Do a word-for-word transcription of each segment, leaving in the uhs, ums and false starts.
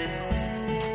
l'adolescence.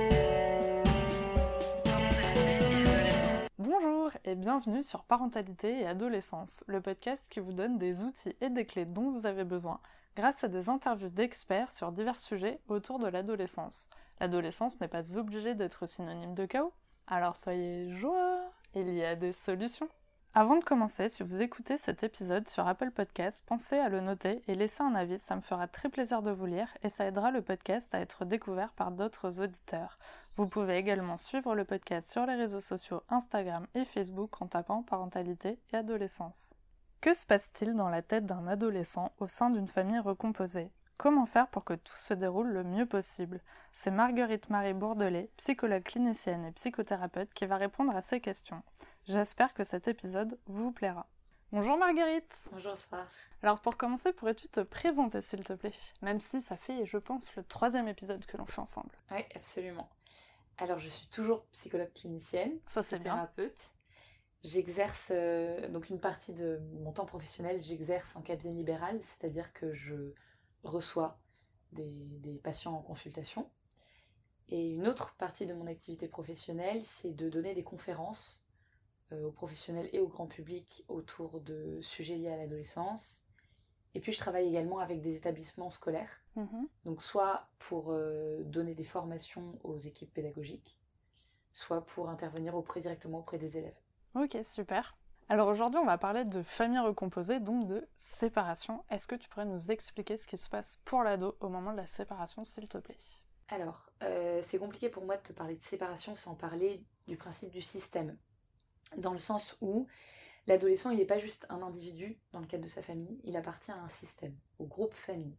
Parentalité et adolescence. Bonjour et bienvenue sur Parentalité et Adolescence, le podcast qui vous donne des outils et des clés dont vous avez besoin grâce à des interviews d'experts sur divers sujets autour de l'adolescence. L'adolescence n'est pas obligée d'être synonyme de chaos, alors soyez joie, il y a des solutions. Avant de commencer, si vous écoutez cet épisode sur Apple Podcasts, pensez à le noter et laisser un avis, ça me fera très plaisir de vous lire et ça aidera le podcast à être découvert par d'autres auditeurs. Vous pouvez également suivre le podcast sur les réseaux sociaux Instagram et Facebook en tapant parentalité et adolescence. Que se passe-t-il dans la tête d'un adolescent au sein d'une famille recomposée ? Comment faire pour que tout se déroule le mieux possible ? C'est Marguerite-Marie Bourdelet, psychologue clinicienne et psychothérapeute, qui va répondre à ces questions. J'espère que cet épisode vous plaira. Bonjour Marguerite. Bonjour Sarah. Alors pour commencer, pourrais-tu te présenter s'il te plaît ? Même si ça fait, je pense, le troisième épisode que l'on fait ensemble. Oui, absolument. Alors je suis toujours psychologue clinicienne, Ça c'est bien. thérapeute. J'exerce, euh, donc une partie de mon temps professionnel, j'exerce en cabinet libéral, c'est-à-dire que je reçois des, des patients en consultation. Et une autre partie de mon activité professionnelle, c'est de donner des conférences euh, aux professionnels et au grand public autour de sujets liés à l'adolescence. Et puis je travaille également avec des établissements scolaires, Mm-hmm. donc soit pour euh, donner des formations aux équipes pédagogiques, soit pour intervenir auprès, directement auprès des élèves. Ok, super. Alors aujourd'hui, on va parler de famille recomposée, donc de séparation. Est-ce que tu pourrais nous expliquer ce qui se passe pour l'ado au moment de la séparation, s'il te plaît ? Alors, euh, c'est compliqué pour moi de te parler de séparation sans parler du principe du système, dans le sens où l'adolescent, il n'est pas juste un individu dans le cadre de sa famille, il appartient à un système, au groupe famille.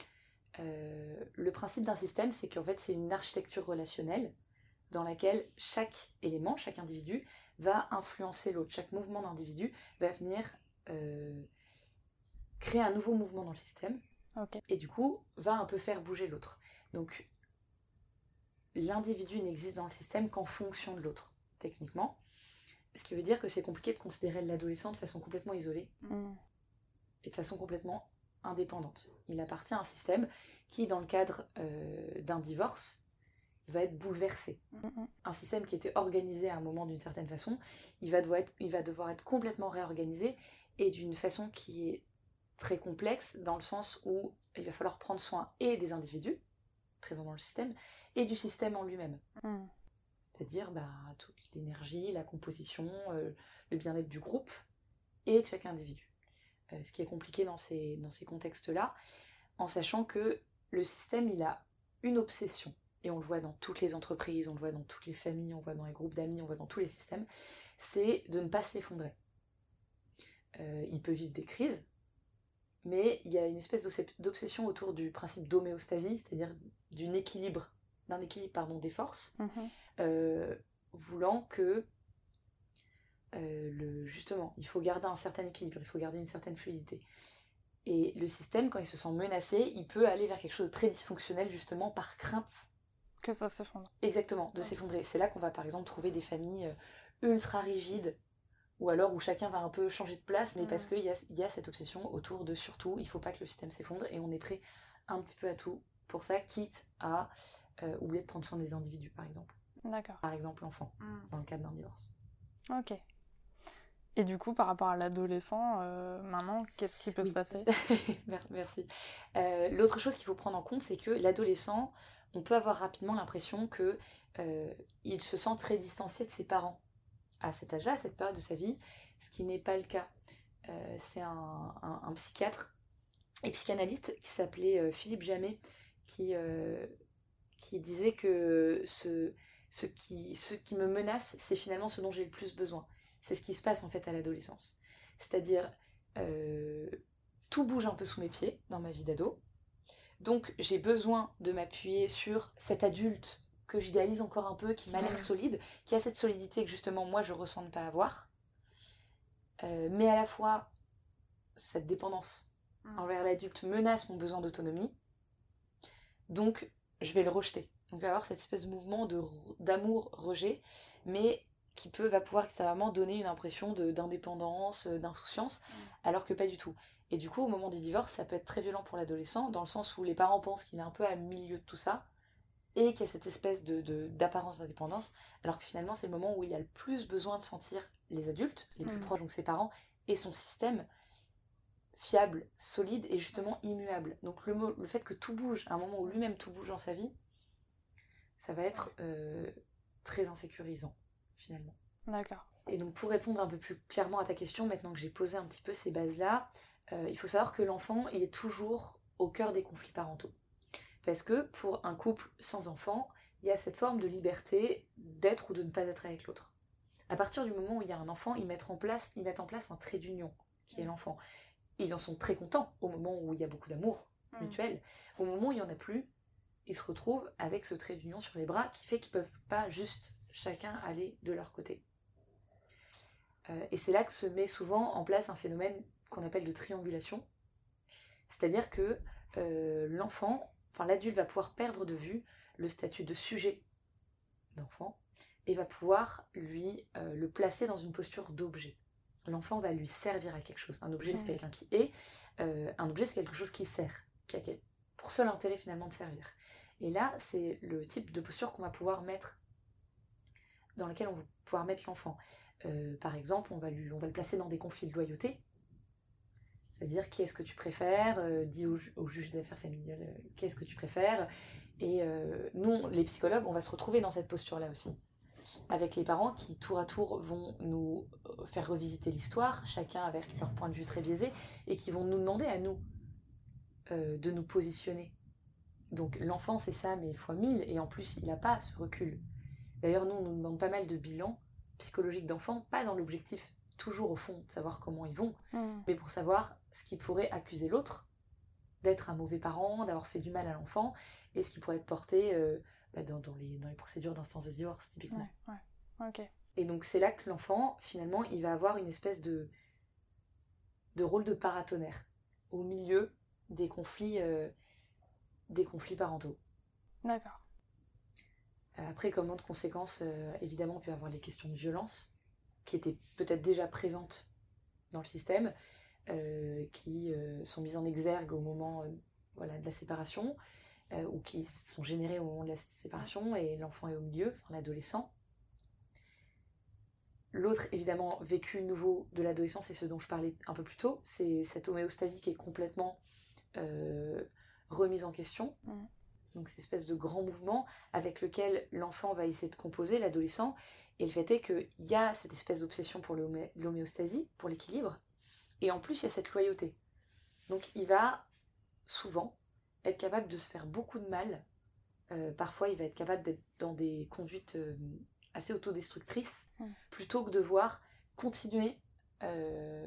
Euh, le principe d'un système, c'est qu'en fait, c'est une architecture relationnelle dans laquelle chaque élément, chaque individu, va influencer l'autre. Chaque mouvement d'individu va venir euh, créer un nouveau mouvement dans le système, Ok. et du coup, va un peu faire bouger l'autre. Donc, l'individu n'existe dans le système qu'en fonction de l'autre, techniquement. Ce qui veut dire que c'est compliqué de considérer l'adolescent de façon complètement isolée Mm. et de façon complètement indépendante. Il appartient à un système qui, dans le cadre euh, d'un divorce, va être bouleversé. Mm-mm. Un système qui était organisé à un moment d'une certaine façon, il va, devoir être, il va devoir être complètement réorganisé et d'une façon qui est très complexe dans le sens où il va falloir prendre soin et des individus présents dans le système et du système en lui-même. Mm. C'est-à-dire bah, toute l'énergie, la composition, euh, le bien-être du groupe et de chaque individu. Euh, ce qui est compliqué dans ces, dans ces contextes-là, en sachant que le système, il a une obsession. Et on le voit dans toutes les entreprises, on le voit dans toutes les familles, on le voit dans les groupes d'amis, on le voit dans tous les systèmes, c'est de ne pas s'effondrer. Euh, il peut vivre des crises, mais il y a une espèce d'obsession autour du principe d'homéostasie, c'est-à-dire d'un équilibre, d'un équilibre pardon, des forces, Mm-hmm. euh, voulant que, euh, le, justement, il faut garder un certain équilibre, il faut garder une certaine fluidité. Et le système, quand il se sent menacé, il peut aller vers quelque chose de très dysfonctionnel, justement, par crainte. Que ça s'effondre. Exactement, de Ouais. s'effondrer. C'est là qu'on va par exemple trouver des familles ultra rigides, ou alors où chacun va un peu changer de place, mais Mm. parce qu'il y a, il y a cette obsession autour de surtout, il faut pas que le système s'effondre, et on est prêt un petit peu à tout pour ça, quitte à euh, oublier de prendre soin des individus, par exemple. D'accord. Par exemple l'enfant, Mm. dans le cadre d'un divorce. Ok. Et du coup, par rapport à l'adolescent, euh, maintenant, qu'est-ce qui peut Oui. se passer ? Merci. Euh, l'autre chose qu'il faut prendre en compte, c'est que l'adolescent, on peut avoir rapidement l'impression que euh, il se sent très distancié de ses parents à cet âge-là, à cette période de sa vie, ce qui n'est pas le cas. Euh, c'est un, un, un psychiatre et psychanalyste qui s'appelait euh, Philippe Jamet qui, euh, qui disait que ce, ce, qui, ce qui me menace, c'est finalement ce dont j'ai le plus besoin. C'est ce qui se passe en fait à l'adolescence. C'est-à-dire, euh, tout bouge un peu sous mes pieds dans ma vie d'ado. Donc j'ai besoin de m'appuyer sur cet adulte que j'idéalise encore un peu, qui m'a l'air solide, qui a cette solidité que justement moi je ressens ne pas avoir. Euh, mais à la fois, cette dépendance Mm. envers l'adulte menace mon besoin d'autonomie. Donc je vais le rejeter. Donc il va y avoir cette espèce de mouvement de, d'amour-rejet, mais qui peut, va pouvoir extérieurement donner une impression de, d'indépendance, d'insouciance, Mm. alors que pas du tout. Et du coup, au moment du divorce, ça peut être très violent pour l'adolescent, dans le sens où les parents pensent qu'il est un peu à milieu de tout ça, et qu'il y a cette espèce de, de, d'apparence d'indépendance, alors que finalement c'est le moment où il a le plus besoin de sentir les adultes, les plus Mm. proches, donc ses parents, et son système fiable, solide et justement immuable. Donc le, mo- le fait que tout bouge, à un moment où lui-même tout bouge dans sa vie, ça va être euh, très insécurisant finalement. D'accord. Et donc pour répondre un peu plus clairement à ta question, maintenant que j'ai posé un petit peu ces bases-là, euh, il faut savoir que l'enfant, il est toujours au cœur des conflits parentaux. Parce que pour un couple sans enfant, il y a cette forme de liberté d'être ou de ne pas être avec l'autre. À partir du moment où il y a un enfant, ils mettent en place, ils mettent en place un trait d'union, qui est l'enfant. Ils en sont très contents au moment où il y a beaucoup d'amour mutuel. Au moment où il n'y en a plus, ils se retrouvent avec ce trait d'union sur les bras qui fait qu'ils ne peuvent pas juste chacun aller de leur côté. Euh, et c'est là que se met souvent en place un phénomène qu'on appelle de triangulation. C'est-à-dire que euh, l'enfant, enfin l'adulte va pouvoir perdre de vue le statut de sujet d'enfant et va pouvoir lui euh, le placer dans une posture d'objet. L'enfant va lui servir à quelque chose. Un objet, c'est quelqu'un qui est. Euh, un objet, c'est quelque chose qui sert, qui a pour seul intérêt finalement de servir. Et là, c'est le type de posture qu'on va pouvoir mettre, dans lequel on va pouvoir mettre l'enfant. Euh, par exemple, on va, lui, on va le placer dans des conflits de loyauté. C'est-à-dire, qui est-ce que tu préfères euh, Dis au, ju- au juge d'affaires familiales, euh, qui est-ce que tu préfères Et euh, nous, les psychologues, on va se retrouver dans cette posture-là aussi. Avec les parents qui, tour à tour, vont nous faire revisiter l'histoire, chacun avec leur point de vue très biaisé, et qui vont nous demander à nous euh, de nous positionner. Donc l'enfant, c'est ça, mais fois mille, et en plus, il n'a pas ce recul. D'ailleurs, nous, on nous demande pas mal de bilans psychologiques d'enfants, pas dans l'objectif, toujours au fond, de savoir comment ils vont, Mm. mais pour savoir ce qui pourrait accuser l'autre d'être un mauvais parent, d'avoir fait du mal à l'enfant, et ce qui pourrait être porté euh, bah, dans, dans, les, dans les procédures d'instance de divorce, typiquement. Ouais, ouais. Ok. Et donc c'est là que l'enfant, finalement, il va avoir une espèce de, de rôle de paratonnerre, au milieu des conflits, euh, des conflits parentaux. D'accord. Après, comme autre conséquence, euh, évidemment, on peut avoir les questions de violence, qui étaient peut-être déjà présentes dans le système, euh, qui euh, sont mises en exergue au moment euh, voilà, de la séparation, euh, ou qui sont générées au moment de la séparation, et l'enfant est au milieu, enfin l'adolescent. L'autre, évidemment, vécu nouveau de l'adolescence, et ce dont je parlais un peu plus tôt, c'est cette homéostasie qui est complètement euh, remise en question. Mmh. Donc cette espèce de grand mouvement avec lequel l'enfant va essayer de composer, l'adolescent, et le fait est qu'il y a cette espèce d'obsession pour l'homé- l'homéostasie, pour l'équilibre, et en plus il y a cette loyauté. Donc il va souvent être capable de se faire beaucoup de mal, euh, parfois il va être capable d'être dans des conduites euh, assez autodestructrices, Mm. plutôt que de devoir continuer euh,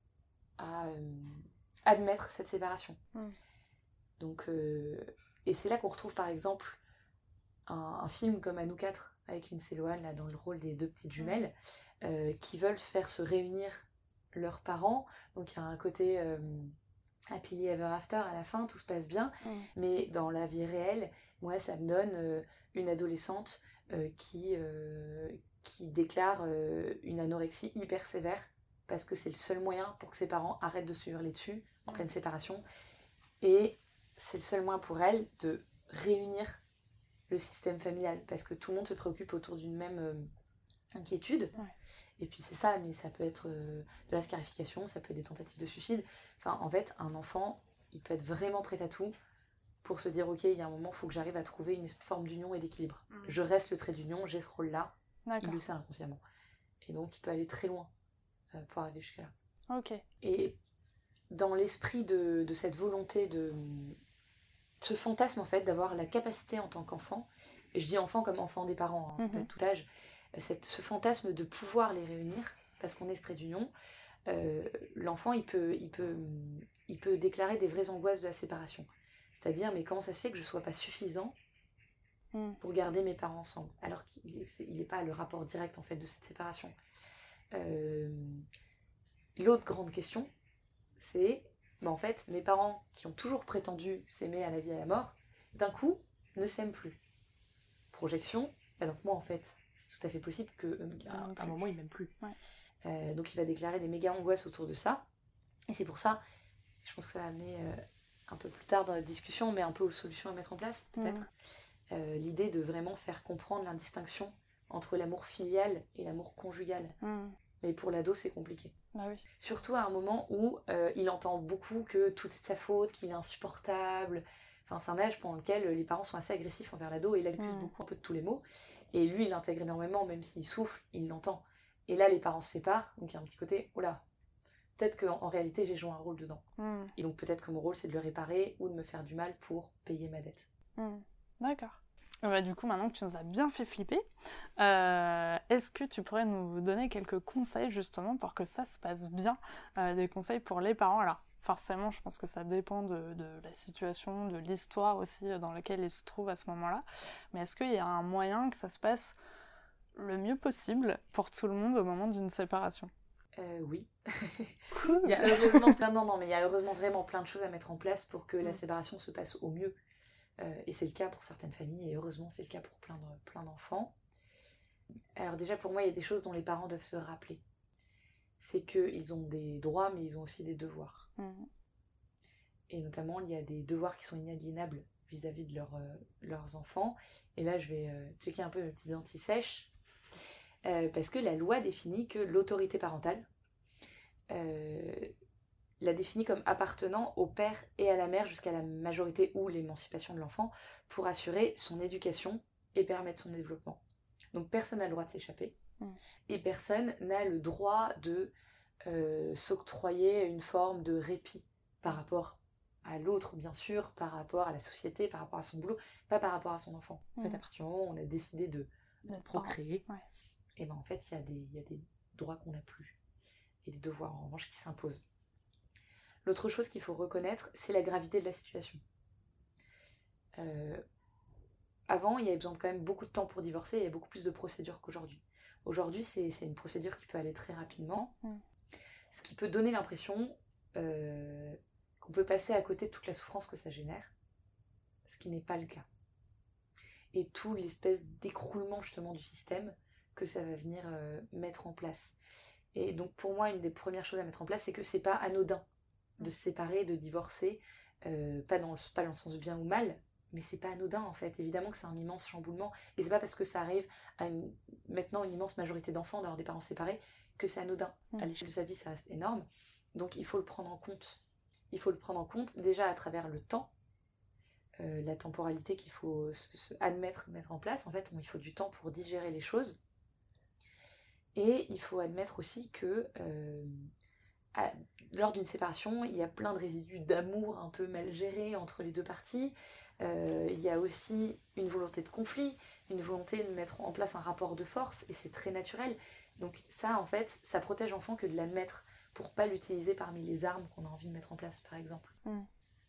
à euh, admettre cette séparation. Mm. Donc... Euh, Et c'est là qu'on retrouve par exemple un, un film comme À nous quatre avec Lindsay Lohan là, dans le rôle des deux petites jumelles euh, qui veulent faire se réunir leurs parents. Donc il y a un côté euh, happily ever after à la fin, tout se passe bien. Mm. Mais dans la vie réelle, moi ça me donne euh, une adolescente euh, qui, euh, qui déclare euh, une anorexie hyper sévère parce que c'est le seul moyen pour que ses parents arrêtent de se hurler dessus en pleine séparation. Et c'est le seul moyen pour elle de réunir le système familial, parce que tout le monde se préoccupe autour d'une même euh, inquiétude. Ouais. Et puis c'est ça, mais ça peut être euh, de la scarification, ça peut être des tentatives de suicide. Enfin, en fait, un enfant, il peut être vraiment prêt à tout pour se dire, ok, il y a un moment, il faut que j'arrive à trouver une forme d'union et d'équilibre. Mm. Je reste le trait d'union, j'ai ce rôle-là, il D'accord. le sait inconsciemment. Et donc, il peut aller très loin euh, pour arriver jusqu'à là. Ok. Et dans l'esprit de, de cette volonté de... ce fantasme en fait d'avoir la capacité en tant qu'enfant, et je dis enfant comme enfant des parents, hein, ça peut Mhm. être tout âge, cette, ce fantasme de pouvoir les réunir, parce qu'on est ce trait d'union, euh, l'enfant il peut, il, peut, il peut déclarer des vraies angoisses de la séparation. C'est-à-dire, mais comment ça se fait que je ne sois pas suffisant Mm. pour garder mes parents ensemble, alors qu'il n'est pas le rapport direct en fait de cette séparation. Euh, l'autre grande question, c'est, bah en fait, mes parents qui ont toujours prétendu s'aimer à la vie et à la mort, d'un coup, ne s'aiment plus. Projection, bah donc moi en fait, c'est tout à fait possible qu'à euh, Non un plus. moment ils m'aiment plus. Ouais. Euh, donc il va déclarer des méga angoisses autour de ça. Et c'est pour ça, je pense que ça va amener euh, un peu plus tard dans la discussion, mais un peu aux solutions à mettre en place, peut-être. Mhm. euh, l'idée de vraiment faire comprendre la distinction entre l'amour filial et l'amour conjugal. Mmh. Mais pour l'ado, c'est compliqué. Bah oui. Surtout à un moment où euh, il entend beaucoup que tout est de sa faute, qu'il est insupportable. Enfin, c'est un âge pendant lequel les parents sont assez agressifs envers l'ado et l'accusent Mmh. beaucoup un peu de tous les maux. Et lui, il l'intègre énormément, même s'il souffle, il l'entend. Et là, les parents se séparent, donc il y a un petit côté, oh là, peut-être qu'en en réalité, j'ai joué un rôle dedans. Mmh. Et donc peut-être que mon rôle, c'est de le réparer ou de me faire du mal pour payer ma dette. Mmh. D'accord. Et bah, du coup, maintenant que tu nous as bien fait flipper, euh, est-ce que tu pourrais nous donner quelques conseils justement pour que ça se passe bien, euh, des conseils pour les parents? Alors, forcément, je pense que ça dépend de, de la situation, de l'histoire aussi dans laquelle ils se trouvent à ce moment-là. Mais est-ce qu'il y a un moyen que ça se passe le mieux possible pour tout le monde au moment d'une séparation? Euh, oui. Cool. Il y a heureusement plein, non, non, mais il y a heureusement vraiment plein de choses à mettre en place pour que la Mm. séparation se passe au mieux. Euh, et c'est le cas pour certaines familles, et heureusement c'est le cas pour plein, de, plein d'enfants. Alors déjà pour moi, il y a des choses dont les parents doivent se rappeler. C'est qu'ils ont des droits, mais ils ont aussi des devoirs. Mm. Et notamment, il y a des devoirs qui sont inaliénables vis-à-vis de leur, euh, leurs enfants. Et là, je vais euh, checker un peu mes petites anti-sèches. Euh, parce que la loi définit que l'autorité parentale euh, la définit comme appartenant au père et à la mère jusqu'à la majorité ou l'émancipation de l'enfant pour assurer son éducation et permettre son développement. Donc personne n'a le droit de s'échapper Mm. et personne n'a le droit de euh, s'octroyer une forme de répit par rapport à l'autre, bien sûr, par rapport à la société, par rapport à son boulot, pas par rapport à son enfant. En fait, Mm. à partir du moment où on a décidé de D'être procréer, parent, ouais. et ben en fait, il y a des, il y a des droits qu'on n'a plus et des devoirs en revanche qui s'imposent. L'autre chose qu'il faut reconnaître, c'est la gravité de la situation. Euh, avant, il y avait besoin de quand même beaucoup de temps pour divorcer, il y a beaucoup plus de procédures qu'aujourd'hui. Aujourd'hui, c'est, c'est une procédure qui peut aller très rapidement, Mm. ce qui peut donner l'impression euh, qu'on peut passer à côté de toute la souffrance que ça génère, ce qui n'est pas le cas. Et tout l'espèce d'écroulement justement du système que ça va venir euh, mettre en place. Et donc pour moi, une des premières choses à mettre en place, c'est que c'est pas anodin de se séparer, de divorcer, euh, pas, dans le, pas dans le sens du bien ou mal, mais c'est pas anodin en fait. Évidemment que c'est un immense chamboulement, et c'est pas parce que ça arrive à une, maintenant une immense majorité d'enfants d'avoir des parents séparés que c'est anodin. Mm. À l'échelle de sa vie, ça reste énorme. Donc il faut le prendre en compte. Il faut le prendre en compte déjà à travers le temps, euh, la temporalité qu'il faut se, se admettre, mettre en place. En fait, il faut du temps pour digérer les choses. Et il faut admettre aussi que euh, à, lors d'une séparation, il y a plein de résidus d'amour un peu mal gérés entre les deux parties. Euh, il y a aussi une volonté de conflit, une volonté de mettre en place un rapport de force, et c'est très naturel. Donc ça, en fait, ça protège l'enfant que de l'admettre pour pas l'utiliser parmi les armes qu'on a envie de mettre en place, par exemple. Mm.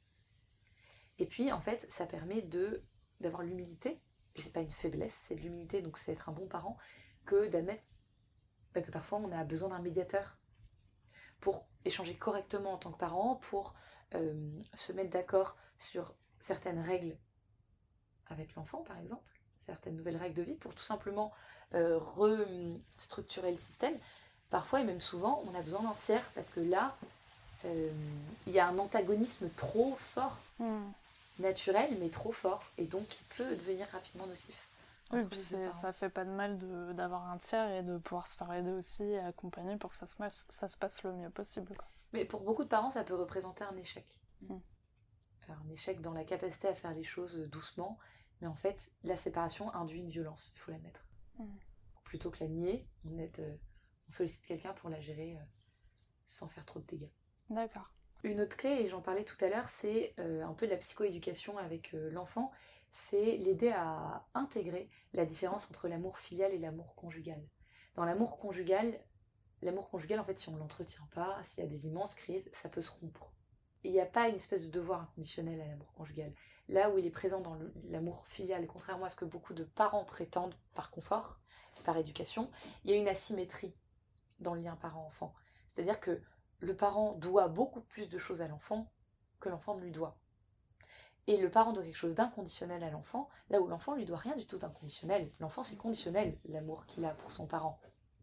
Et puis, en fait, ça permet de, d'avoir l'humilité, et c'est pas une faiblesse, c'est de l'humilité, donc c'est être un bon parent, que d'admettre bah, que parfois on a besoin d'un médiateur pour échanger correctement en tant que parent, pour euh, se mettre d'accord sur certaines règles avec l'enfant, par exemple, certaines nouvelles règles de vie, pour tout simplement euh, restructurer le système. Parfois, et même souvent, on a besoin d'un tiers, parce que là, euh, il y a un antagonisme trop fort, Mm. naturel, mais trop fort, et donc qui peut devenir rapidement nocif. Oui, entre puis les deux c'est- parents. ça fait pas de mal de, d'avoir un tiers et de pouvoir se faire aider aussi et accompagner pour que ça se, passe, ça se passe le mieux possible, quoi. Mais pour beaucoup de parents, ça peut représenter un échec. Mm. Alors, un échec dans la capacité à faire les choses doucement, mais en fait, la séparation induit une violence, il faut l'admettre. Mm. Plutôt que la nier, on, aide, euh, on sollicite quelqu'un pour la gérer euh, sans faire trop de dégâts. D'accord. Une autre clé, et j'en parlais tout à l'heure, c'est euh, un peu de la psychoéducation avec euh, l'enfant, c'est l'aider à intégrer la différence entre l'amour filial et l'amour conjugal. Dans l'amour conjugal, l'amour conjugal, en fait, si on ne l'entretient pas, s'il y a des immenses crises, ça peut se rompre. Et il n'y a pas une espèce de devoir inconditionnel à l'amour conjugal. Là où il est présent dans le, l'amour filial, contrairement à ce que beaucoup de parents prétendent par confort et par éducation, il y a une asymétrie dans le lien parent-enfant. C'est-à-dire que le parent doit beaucoup plus de choses à l'enfant que l'enfant ne lui doit. Et le parent doit quelque chose d'inconditionnel à l'enfant, là où l'enfant lui doit rien du tout d'inconditionnel. L'enfant, c'est conditionnel, l'amour qu'il a pour son parent.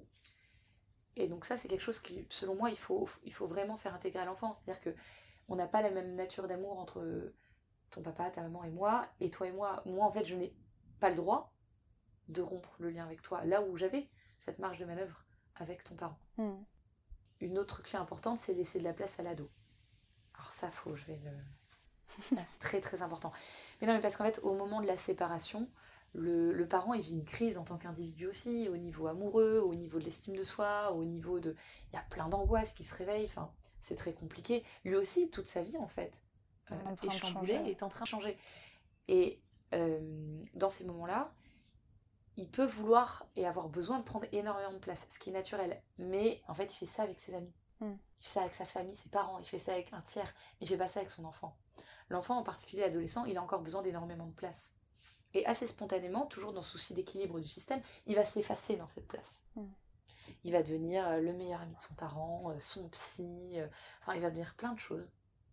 Et donc ça, c'est quelque chose qui, selon moi, il faut, il faut vraiment faire intégrer à l'enfant. C'est-à-dire que on n'a pas la même nature d'amour entre ton papa, ta maman et moi, et toi et moi. Moi, en fait, je n'ai pas le droit de rompre le lien avec toi, là où j'avais cette marge de manœuvre avec ton parent. Mm. Une autre clé importante, c'est laisser de la place à l'ado. Alors ça, faut, je vais le... Là, c'est très très important. Mais non, mais parce qu'en fait, au moment de la séparation, le, le parent, il vit une crise en tant qu'individu aussi, au niveau amoureux, au niveau de l'estime de soi, au niveau de... Il y a plein d'angoisses qui se réveillent, enfin, c'est très compliqué. Lui aussi, toute sa vie, en fait, euh, En train est de chamboulée, changer. est en train de changer. Et euh, dans ces moments-là, il peut vouloir et avoir besoin de prendre énormément de place, ce qui est naturel. Mais en fait, il fait ça avec ses amis. Mm. Il fait ça avec sa famille, ses parents, il fait ça avec un tiers. Il fait pas ça avec son enfant. L'enfant, en particulier l'adolescent, il a encore besoin d'énormément de place. Et assez spontanément, toujours dans le souci d'équilibre du système, il va s'effacer dans cette place. Mm. Il va devenir euh, le meilleur ami de son parent, euh, son psy, euh, enfin il va devenir plein de choses.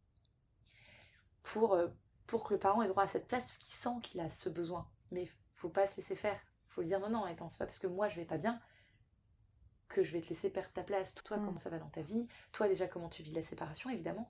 Pour, euh, pour que le parent ait droit à cette place, parce qu'il sent qu'il a ce besoin. Mais il faut pas se laisser faire. Il faut lui dire non, non, attends, c'est pas parce que moi je vais pas bien que je vais te laisser perdre ta place. Toi, Mm. comment ça va dans ta vie? Toi, déjà, comment tu vis la séparation, évidemment.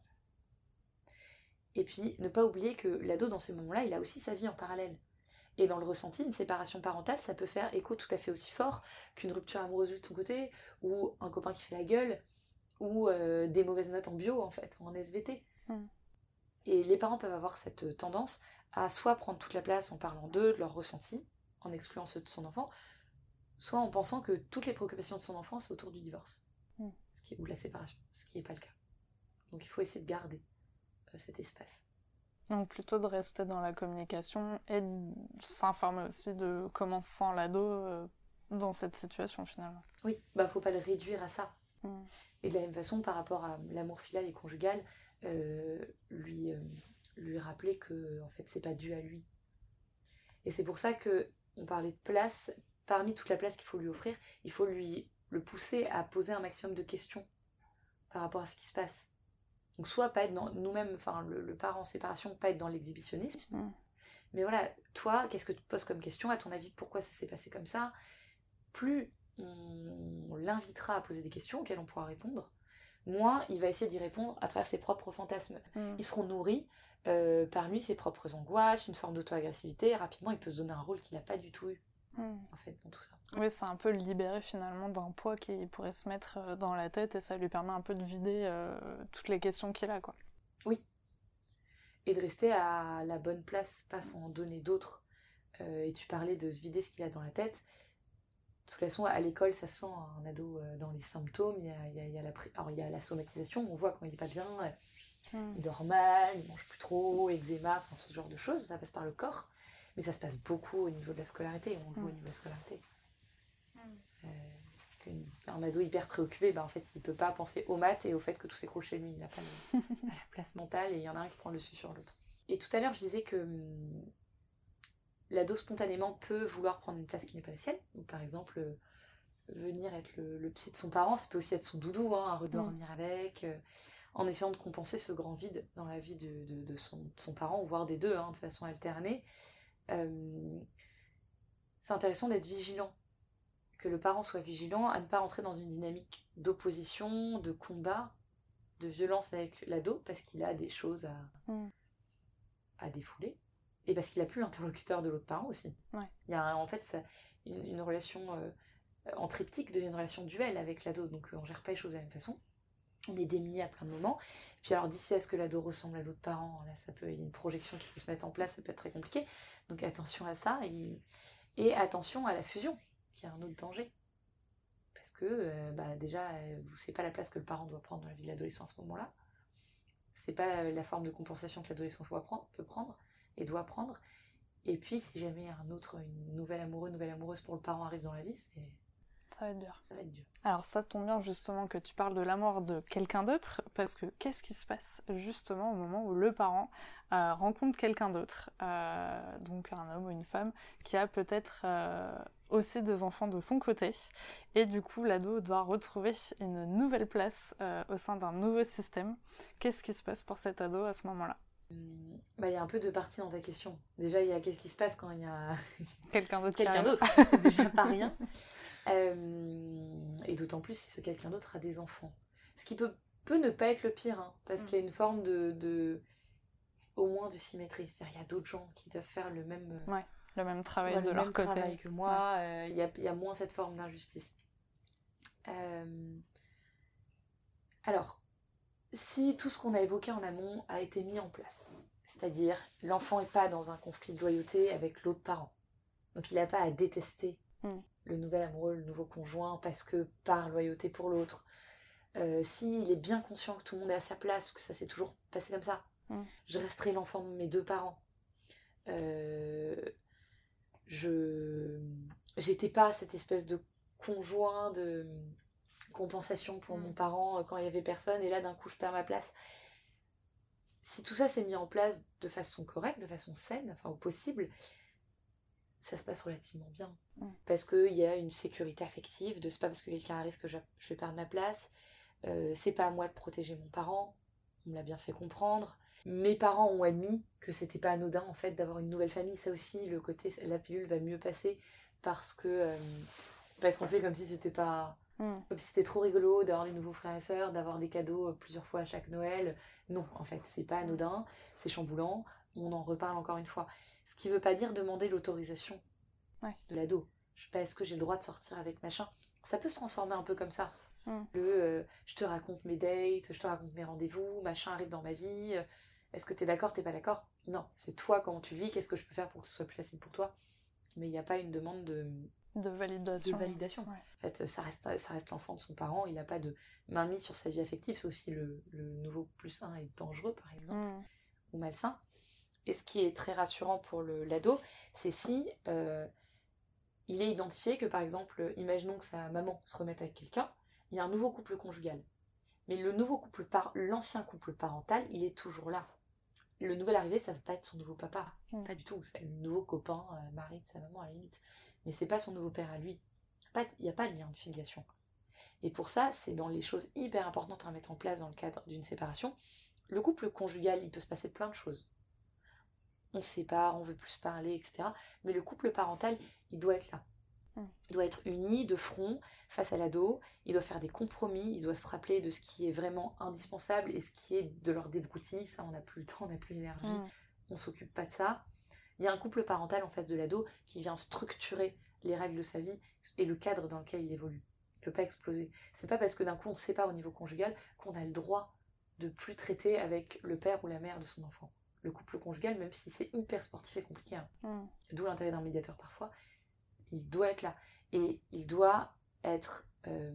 Et puis, ne pas oublier que l'ado, dans ces moments-là, il a aussi sa vie en parallèle. Et dans le ressenti, une séparation parentale, ça peut faire écho tout à fait aussi fort qu'une rupture amoureuse de ton côté, ou un copain qui fait la gueule, ou euh, des mauvaises notes en bio, en fait, en S V T. Mm. Et les parents peuvent avoir cette tendance à soit prendre toute la place en parlant d'eux, de leurs ressentis, en excluant ceux de son enfant, soit en pensant que toutes les préoccupations de son enfant, c'est autour du divorce, Mm. ce qui est, ou de la séparation, ce qui n'est pas le cas. Donc il faut essayer de garder euh, cet espace. Donc plutôt de rester dans la communication et de s'informer aussi de comment se sent l'ado euh, dans cette situation finalement. Oui, bah faut pas le réduire à ça. Mm. Et de la même façon, par rapport à l'amour filial et conjugal, euh, lui, euh, lui rappeler que en fait c'est pas dû à lui. Et c'est pour ça que on parlait de place, parmi toute la place qu'il faut lui offrir, il faut lui le pousser à poser un maximum de questions par rapport à ce qui se passe. Donc soit pas être dans nous-mêmes, enfin le, le parent en séparation, pas être dans l'exhibitionnisme, Mm. mais voilà, toi, qu'est-ce que tu te poses comme question? À ton avis, pourquoi ça s'est passé comme ça? Plus on, on l'invitera à poser des questions auxquelles on pourra répondre, moins il va essayer d'y répondre à travers ses propres fantasmes. Mm. Ils seront nourris euh, par lui, ses propres angoisses, une forme d'auto-agressivité, et rapidement il peut se donner un rôle qu'il n'a pas du tout eu, Mm. en fait, dans tout ça. Oui, c'est un peu le libérer finalement d'un poids qui pourrait se mettre euh, dans la tête et ça lui permet un peu de vider euh, toutes les questions qu'il a, quoi. Et de rester à la bonne place, pas s'en donner d'autres. Euh, et tu parlais de se vider ce qu'il a dans la tête. De toute façon, à l'école, ça se sent un ado euh, dans les symptômes. Il y a, il y a, il y a la, pré- alors, il y a la somatisation, on voit quand il n'est pas bien, euh, Mm. il dort mal, il mange plus trop, eczéma, enfin tout ce genre de choses, ça passe par le corps. Mais ça se passe beaucoup au niveau de la scolarité, on le voit Mm. au niveau de la scolarité. Euh, qu'une- un ado hyper préoccupé, bah, en fait, il peut pas penser aux maths et au fait que tout s'écroule chez lui. Il n'a pas le- la place mentale et il y en a un qui prend le dessus sur l'autre. Et tout à l'heure, je disais que hum, l'ado spontanément peut vouloir prendre une place qui n'est pas la sienne. Donc, par exemple, euh, venir être le, le psy de son parent, ça peut aussi être son doudou, hein, à redormir avec, euh, en essayant de compenser ce grand vide dans la vie de, de- de son, de son parent, ou voire des deux, hein, de façon alternée. Euh, c'est intéressant d'être vigilant, que le parent soit vigilant à ne pas rentrer dans une dynamique d'opposition, de combat, de violence avec l'ado, parce qu'il a des choses à, Mm. à défouler, et parce qu'il a plus l'interlocuteur de l'autre parent aussi. Ouais. Il y a un- en fait ça, une, une relation euh, en triptyque devient une relation duel avec l'ado, donc euh, on gère pas les choses de la même façon. On est démunis à plein de moments. Puis alors d'ici à ce que l'ado ressemble à l'autre parent, là ça peut, il y a une projection qui peut se mettre en place, ça peut être très compliqué. Donc attention à ça, et, et attention à la fusion, qui est un autre danger. Parce que euh, bah, déjà, euh, vous savez pas la place que le parent doit prendre dans la vie de l'adolescent à ce moment-là. C'est pas euh, la forme de compensation que l'adolescent doit prendre, peut prendre et doit prendre. Et puis si jamais un autre, une nouvelle amoureux, nouvelle amoureuse pour le parent arrive dans la vie, c'est... Ça va être dur. ça va être dur. Alors ça tombe bien justement que tu parles de la mort de quelqu'un d'autre, parce que qu'est-ce qui se passe justement au moment où le parent euh, rencontre quelqu'un d'autre, euh, donc un homme ou une femme, qui a peut-être euh, aussi des enfants de son côté, et du coup l'ado doit retrouver une nouvelle place euh, au sein d'un nouveau système. Qu'est-ce qui se passe pour cet ado à ce moment-là? Hum, Bah, il y a un peu de parties dans ta question. Déjà, il y a qu'est-ce qui se passe quand il y a Quelqu'un d'autre qui quelqu'un arrive. d'autre, c'est déjà pas rien. Euh, et d'autant plus si ce quelqu'un d'autre a des enfants. Ce qui peut, peut ne pas être le pire, hein, parce Mm. qu'il y a une forme de, de au moins de symétrie. C'est-à-dire qu'il y a d'autres gens qui doivent faire le même, euh, Ouais. le même travail voilà, de le leur même côté. travail que moi, il ouais. euh, y, a, y a moins cette forme d'injustice. Euh... Alors, si tout ce qu'on a évoqué en amont a été mis en place, c'est-à-dire l'enfant n'est pas dans un conflit de loyauté avec l'autre parent, donc il n'a pas à détester mm. le nouvel amoureux, le nouveau conjoint, parce que par loyauté pour l'autre, euh, s'il est bien conscient que tout le monde est à sa place, que ça s'est toujours passé comme ça, mm. je resterai l'enfant de mes deux parents. Euh, je j'étais pas cette espèce de conjoint de compensation pour mmh. mon parent quand il y avait personne et là d'un coup je perds ma place. Si tout ça s'est mis en place de façon correcte, de façon saine, enfin au possible, ça se passe relativement bien mmh. parce qu'il y a une sécurité affective de c'est pas parce que quelqu'un arrive que je, je vais perdre ma place, euh, c'est pas à moi de protéger mon parent, on me l'a bien fait comprendre. Mes parents ont admis que c'était pas anodin en fait d'avoir une nouvelle famille. Ça aussi, le côté la pilule va mieux passer parce que euh, parce qu'on fait comme si c'était pas mm. comme si c'était trop rigolo d'avoir des nouveaux frères et sœurs, d'avoir des cadeaux plusieurs fois à chaque Noël. Non, en fait, c'est pas anodin, c'est chamboulant. On en reparle encore une fois. Ce qui veut pas dire demander l'autorisation ouais. de l'ado. Je sais pas, est-ce que j'ai le droit de sortir avec machin. Ça peut se transformer un peu comme ça. Mm. Le euh, je te raconte mes dates, je te raconte mes rendez-vous, machin arrive dans ma vie. Est-ce que t'es d'accord, t'es pas d'accord? Non, c'est toi comment tu le vis, qu'est-ce que je peux faire pour que ce soit plus facile pour toi? Mais il n'y a pas une demande de, de validation. De validation. Ouais. En fait, ça reste, ça reste l'enfant de son parent, il n'a pas de mainmise sur sa vie affective, c'est aussi le, le nouveau plus sain et dangereux, par exemple, mm. ou malsain. Et ce qui est très rassurant pour le, l'ado, c'est si euh, il est identifié que, par exemple, imaginons que sa maman se remette avec quelqu'un, il y a un nouveau couple conjugal. Mais le nouveau couple, par, l'ancien couple parental, il est toujours là. Le nouvel arrivé, ça ne va pas être son nouveau papa. Mm. Pas du tout. C'est le nouveau copain, euh, mari de sa maman à la limite. Mais c'est pas son nouveau père à lui. Il n'y a pas de lien de filiation. Et pour ça, c'est dans les choses hyper importantes à mettre en place dans le cadre d'une séparation. Le couple conjugal, il peut se passer plein de choses. On se sépare, on veut plus se parler, et cetera. Mais le couple parental, il doit être là. Mm. Il doit être uni de front face à l'ado, il doit faire des compromis, il doit se rappeler de ce qui est vraiment indispensable et ce qui est de leur débroutillis. Ça, on n'a plus le temps, on n'a plus l'énergie, mm. on s'occupe pas de ça. Il y a un couple parental en face de l'ado qui vient structurer les règles de sa vie et le cadre dans lequel il évolue. Il peut pas exploser. C'est pas parce que d'un coup on se sépare au niveau conjugal qu'on a le droit de plus traiter avec le père ou la mère de son enfant. Le couple conjugal, même si c'est hyper sportif et compliqué, hein, mm. d'où l'intérêt d'un médiateur parfois, il doit être là. Et il doit être euh,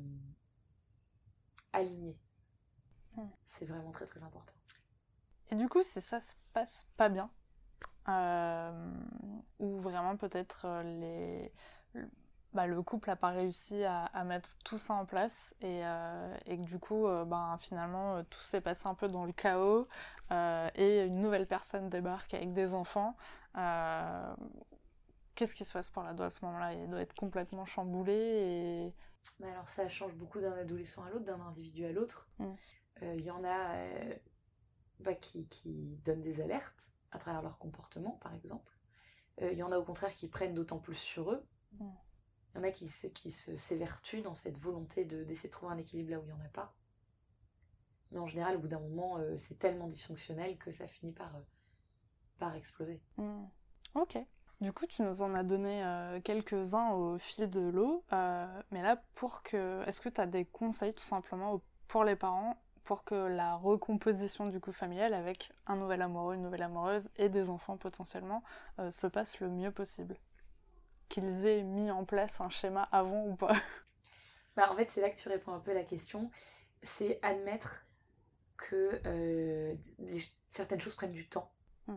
aligné. Mm. C'est vraiment très très important. Et du coup, si ça se passe pas bien, euh, ou vraiment peut-être les, bah, le couple n'a pas réussi à, à mettre tout ça en place et, euh, et que du coup, euh, ben, finalement, tout s'est passé un peu dans le chaos euh, et une nouvelle personne débarque avec des enfants. Euh, Qu'est-ce qui se passe pour l'ado à ce moment-là? Il doit être complètement chamboulé et... Bah alors ça change beaucoup d'un adolescent à l'autre, d'un individu à l'autre. Il mm. euh, y en a euh, bah, qui, qui donnent des alertes à travers leur comportement, par exemple. Il euh, y en a au contraire qui prennent d'autant plus sur eux. Il mm. y en a qui, qui se s'évertuent dans cette volonté de, d'essayer de trouver un équilibre là où il n'y en a pas. Mais en général, au bout d'un moment, euh, c'est tellement dysfonctionnel que ça finit par, euh, par exploser. Mm. Ok. Du coup, tu nous en as donné euh, quelques-uns au fil de l'eau, euh, mais là, pour que, est-ce que tu as des conseils tout simplement pour les parents pour que la recomposition du couple familial avec un nouvel amoureux, une nouvelle amoureuse et des enfants potentiellement euh, se passe le mieux possible? Qu'ils aient mis en place un schéma avant ou pas? Bah, en fait, c'est là que tu réponds un peu à la question. C'est admettre que euh, les, certaines choses prennent du temps. Hmm.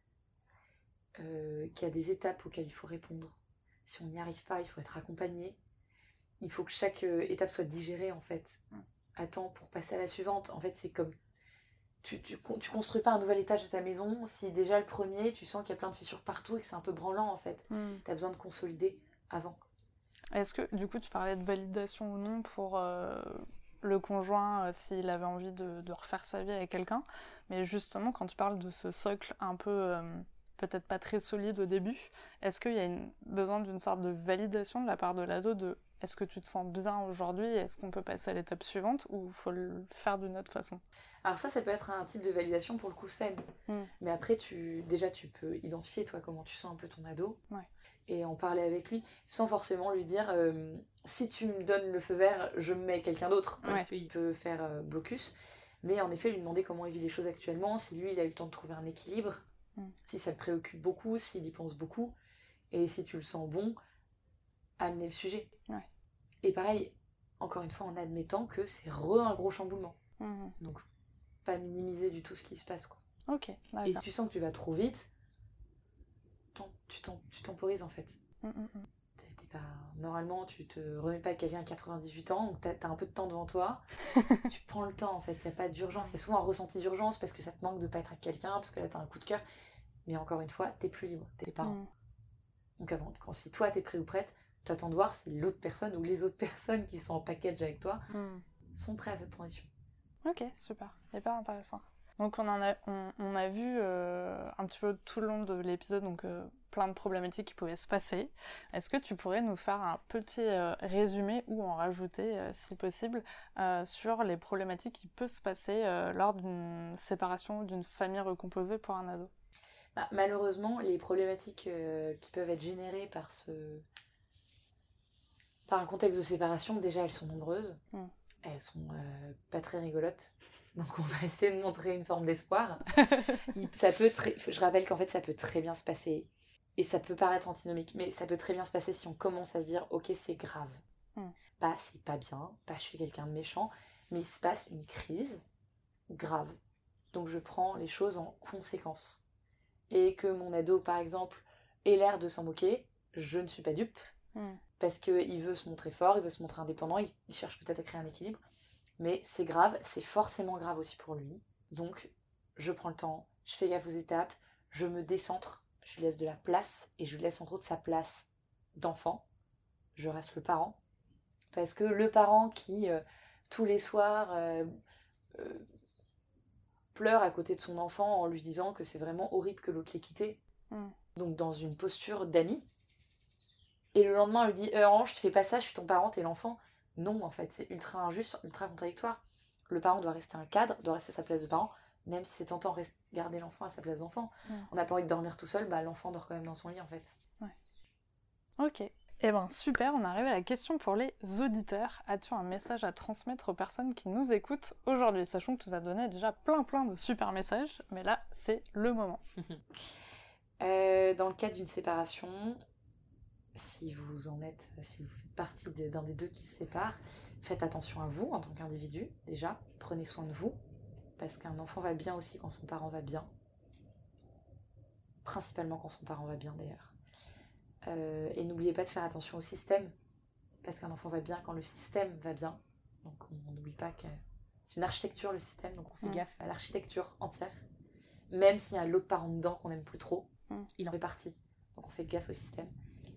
Euh, qu'il y a des étapes auxquelles il faut répondre. Si on n'y arrive pas, il faut être accompagné. Il faut que chaque euh, étape soit digérée, en fait, mm. à temps pour passer à la suivante. En fait, c'est comme... Tu, tu, tu construis pas un nouvel étage à ta maison si déjà le premier, tu sens qu'il y a plein de fissures partout et que c'est un peu branlant, en fait. Mm. Tu as besoin de consolider avant. Est-ce que, du coup, tu parlais de validation ou non pour euh, le conjoint, euh, s'il avait envie de, de refaire sa vie avec quelqu'un, mais justement, quand tu parles de ce socle un peu... Euh, peut-être pas très solide au début, est-ce qu'il y a une, besoin d'une sorte de validation de la part de l'ado de est-ce que tu te sens bien aujourd'hui, est-ce qu'on peut passer à l'étape suivante ou il faut le faire d'une autre façon? Alors ça, ça peut être un type de validation pour le coup saine. Mm. Mais après, tu, déjà, tu peux identifier toi comment tu sens un peu ton ado. Ouais. et en parler avec lui, sans forcément lui dire euh, si tu me donnes le feu vert, je me mets quelqu'un d'autre, parce Ouais. qu'il peut faire euh, blocus. Mais en effet, lui demander comment il vit les choses actuellement, si lui il a eu le temps de trouver un équilibre, Mm. si ça le préoccupe beaucoup, s'il y pense beaucoup, et si tu le sens bon, amener le sujet. Ouais. Et pareil, encore une fois, en admettant que c'est re un gros chamboulement. Mhm. Donc, pas minimiser du tout ce qui se passe, quoi. Ok, Et d'accord. si tu sens que tu vas trop vite, tem- tu, tem- tu temporises en fait. Mm, mm, mm. T'es- t'es pas... Normalement, tu te remets pas avec quelqu'un à quatre-vingt-dix-huit ans, donc t'as as un peu de temps devant toi. Tu prends le temps en fait, il n'y a pas d'urgence. Il y a souvent un ressenti d'urgence parce que ça te manque de pas être avec quelqu'un, parce que là t'as un coup de cœur. Mais encore une fois, t'es plus libre, t'es parents. Mm. Donc avant, quand si toi t'es prêt ou prête, t'attends de voir si l'autre personne ou les autres personnes qui sont en package avec toi Mm. sont prêts à cette transition. Ok, super, hyper intéressant. Donc on en a, on, on a vu euh, un petit peu tout le long de l'épisode donc euh, plein de problématiques qui pouvaient se passer. Est-ce que tu pourrais nous faire un petit euh, résumé ou en rajouter euh, si possible euh, sur les problématiques qui peuvent se passer euh, lors d'une séparation ou d'une famille recomposée pour un ado? Bah, malheureusement, les problématiques euh, qui peuvent être générées par ce par un contexte de séparation, déjà elles sont nombreuses. Mm. Elles sont euh, pas très rigolotes. Donc on va essayer de montrer une forme d'espoir. Il- ça peut très... Je rappelle qu'en fait ça peut très bien se passer. Et ça peut paraître antinomique, mais ça peut très bien se passer si on commence à se dire ok c'est grave. Mm. Pas c'est pas bien, pas je suis quelqu'un de méchant, mais il se passe une crise grave. Donc je prends les choses en conséquence. Et que mon ado par exemple ait l'air de s'en moquer, je ne suis pas dupe. Mm. Parce qu'il veut se montrer fort, il veut se montrer indépendant, il, il cherche peut-être à créer un équilibre. Mais c'est grave, c'est forcément grave aussi pour lui. Donc, je prends le temps, je fais gaffe aux étapes, je me décentre, je lui laisse de la place, et je lui laisse en gros de sa place d'enfant. Je reste le parent. Parce que le parent qui, euh, tous les soirs, euh, euh, pleure à côté de son enfant en lui disant que c'est vraiment horrible que l'autre l'ait quitté. Mm. Donc, dans une posture d'ami. Et le lendemain, elle lui dit euh, oh, je te fais pas ça, je suis ton parent, t'es l'enfant. Non, en fait, c'est ultra injuste, ultra contradictoire. Le parent doit rester un cadre, doit rester à sa place de parent, même si c'est tentant de garder l'enfant à sa place d'enfant. Mm. On n'a pas envie de dormir tout seul, bah l'enfant dort quand même dans son lit en fait. Ok. Eh ben super, on arrive à la question pour les auditeurs. As-tu un message à transmettre aux personnes qui nous écoutent aujourd'hui? Sachant que tu nous as donné déjà plein plein de super messages, mais là c'est le moment. Euh, dans le cadre d'une séparation, si vous en êtes, si vous faites partie de- d'un des deux qui se sépare, faites attention à vous en tant qu'individu déjà, prenez soin de vous, parce qu'un enfant va bien aussi quand son parent va bien. Principalement quand son parent va bien d'ailleurs. Euh, et n'oubliez pas de faire attention au système, parce qu'un enfant va bien quand le système va bien. Donc on n'oublie pas que c'est une architecture le système, donc on fait Mm. gaffe à l'architecture entière. Même s'il y a l'autre parent dedans qu'on n'aime plus trop, Mm. il en fait partie. Donc on fait gaffe au système.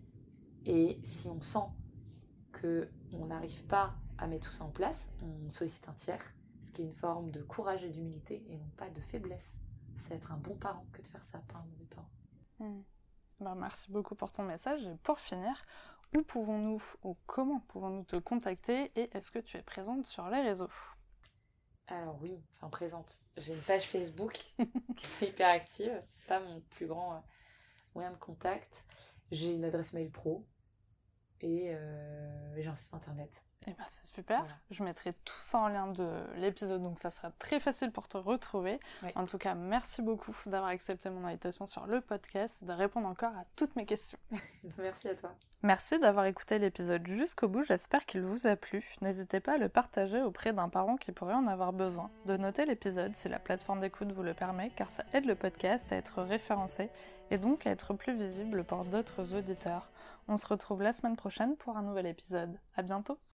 Et si on sent qu'on n'arrive pas à mettre tout ça en place, on sollicite un tiers, ce qui est une forme de courage et d'humilité, et non pas de faiblesse. C'est être un bon parent que de faire ça, pas un mauvais parent. Hmm. Ben, merci beaucoup pour ton message. Et pour finir, où pouvons-nous ou comment pouvons-nous te contacter et est-ce que tu es présente sur les réseaux? Alors oui, enfin présente. J'ai une page Facebook qui est hyper active. C'est pas mon plus grand euh, moyen de contact. J'ai une adresse mail pro et euh, j'ai un site internet. Eh ben c'est super. Voilà. Je mettrai tout ça en lien de l'épisode, donc ça sera très facile pour te retrouver. Oui. En tout cas, merci beaucoup d'avoir accepté mon invitation sur le podcast et de répondre encore à toutes mes questions. Merci à toi. Merci d'avoir écouté l'épisode jusqu'au bout, j'espère qu'il vous a plu. N'hésitez pas à le partager auprès d'un parent qui pourrait en avoir besoin. De noter l'épisode si la plateforme d'écoute vous le permet, car ça aide le podcast à être référencé et donc à être plus visible pour d'autres auditeurs. On se retrouve la semaine prochaine pour un nouvel épisode. À bientôt!